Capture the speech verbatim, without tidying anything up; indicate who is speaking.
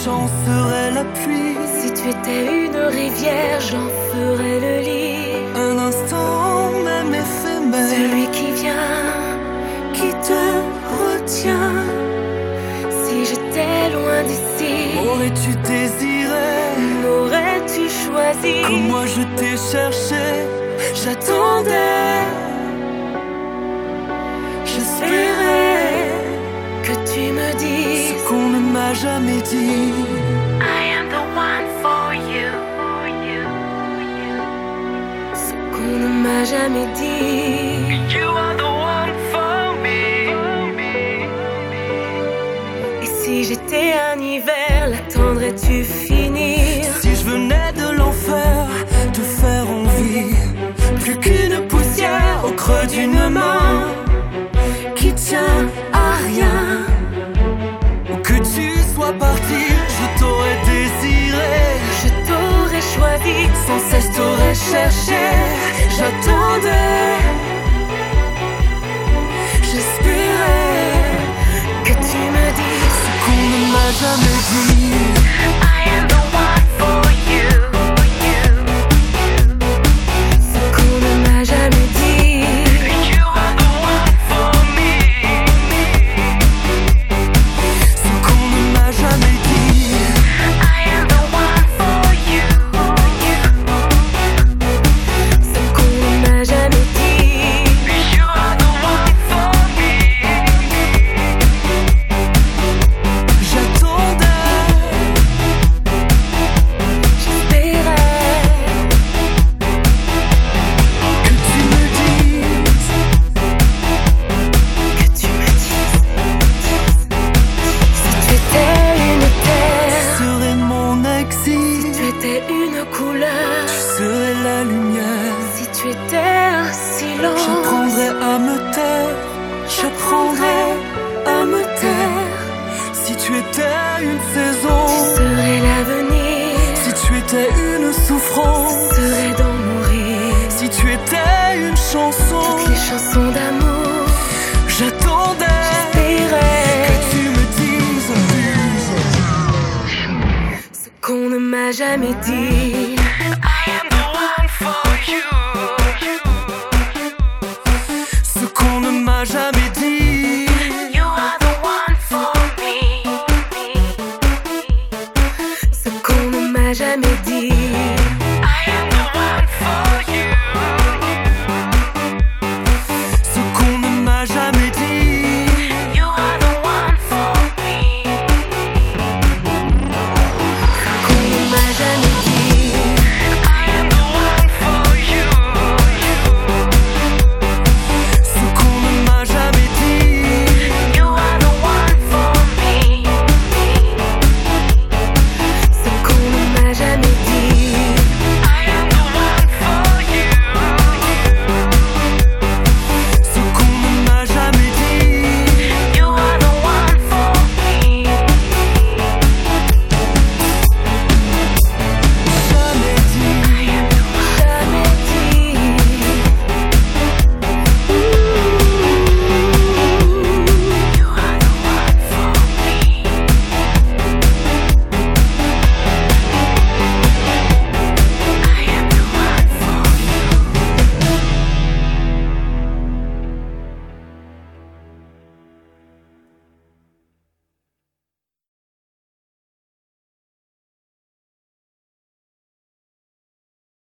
Speaker 1: chant serait la pluie.
Speaker 2: Si tu étais une rivière, j'en ferais le lit.
Speaker 1: Un instant même éphémère,
Speaker 2: celui qui vient, qui te retient. Si j'étais loin d'ici,
Speaker 1: aurais-tu désiré,
Speaker 2: m'aurais-tu choisi?
Speaker 1: comme moi je t'ai cherché, j'attendais, j'espérais
Speaker 2: que tu me dises
Speaker 1: ce qu'on ne m'a jamais dit.
Speaker 2: I am the one for you, ce qu'on ne m'a jamais dit.
Speaker 1: You are the one for me.
Speaker 2: Et si j'étais un hiver, l'attendrais-tu finir?
Speaker 1: Si je venais de l'enfer, te faire envie, plus qu'une poussière au creux d'une main
Speaker 2: qui tient à rien.
Speaker 1: Où que tu sois parti, je t'aurais désiré,
Speaker 2: je t'aurais choisi,
Speaker 1: sans cesse t'aurais cherché. J'attendais, j'espérais
Speaker 2: que tu me dises
Speaker 1: ce qu'on ne m'a jamais dit.
Speaker 2: I am the one for you, ce qu'on ne m'a jamais dit.
Speaker 1: You are the one for me, ce qu'on ne m'a jamais dit.
Speaker 2: I am the one for you, ce qu'on ne m'a jamais dit.
Speaker 1: You are the one for me. J'attendais,
Speaker 2: j'espérais
Speaker 1: que tu me dises,
Speaker 2: que tu me dises. Si tu étais une terre,
Speaker 1: tu serais mon exil,
Speaker 2: si tu étais une couleur,
Speaker 1: tu serais la lumière.
Speaker 2: si tu étais un silence,
Speaker 1: J'apprendrai à me taire, j'apprendrai à me taire. Si tu étais une saison,
Speaker 2: tu serais l'avenir,
Speaker 1: si tu étais une souffrance,
Speaker 2: tu serais d'en mourir.
Speaker 1: si tu étais une chanson,
Speaker 2: Toutes les chansons d'amour,
Speaker 1: j'attendais que
Speaker 2: j'espérais
Speaker 1: tu me dises
Speaker 2: ce qu'on ne m'a jamais dit.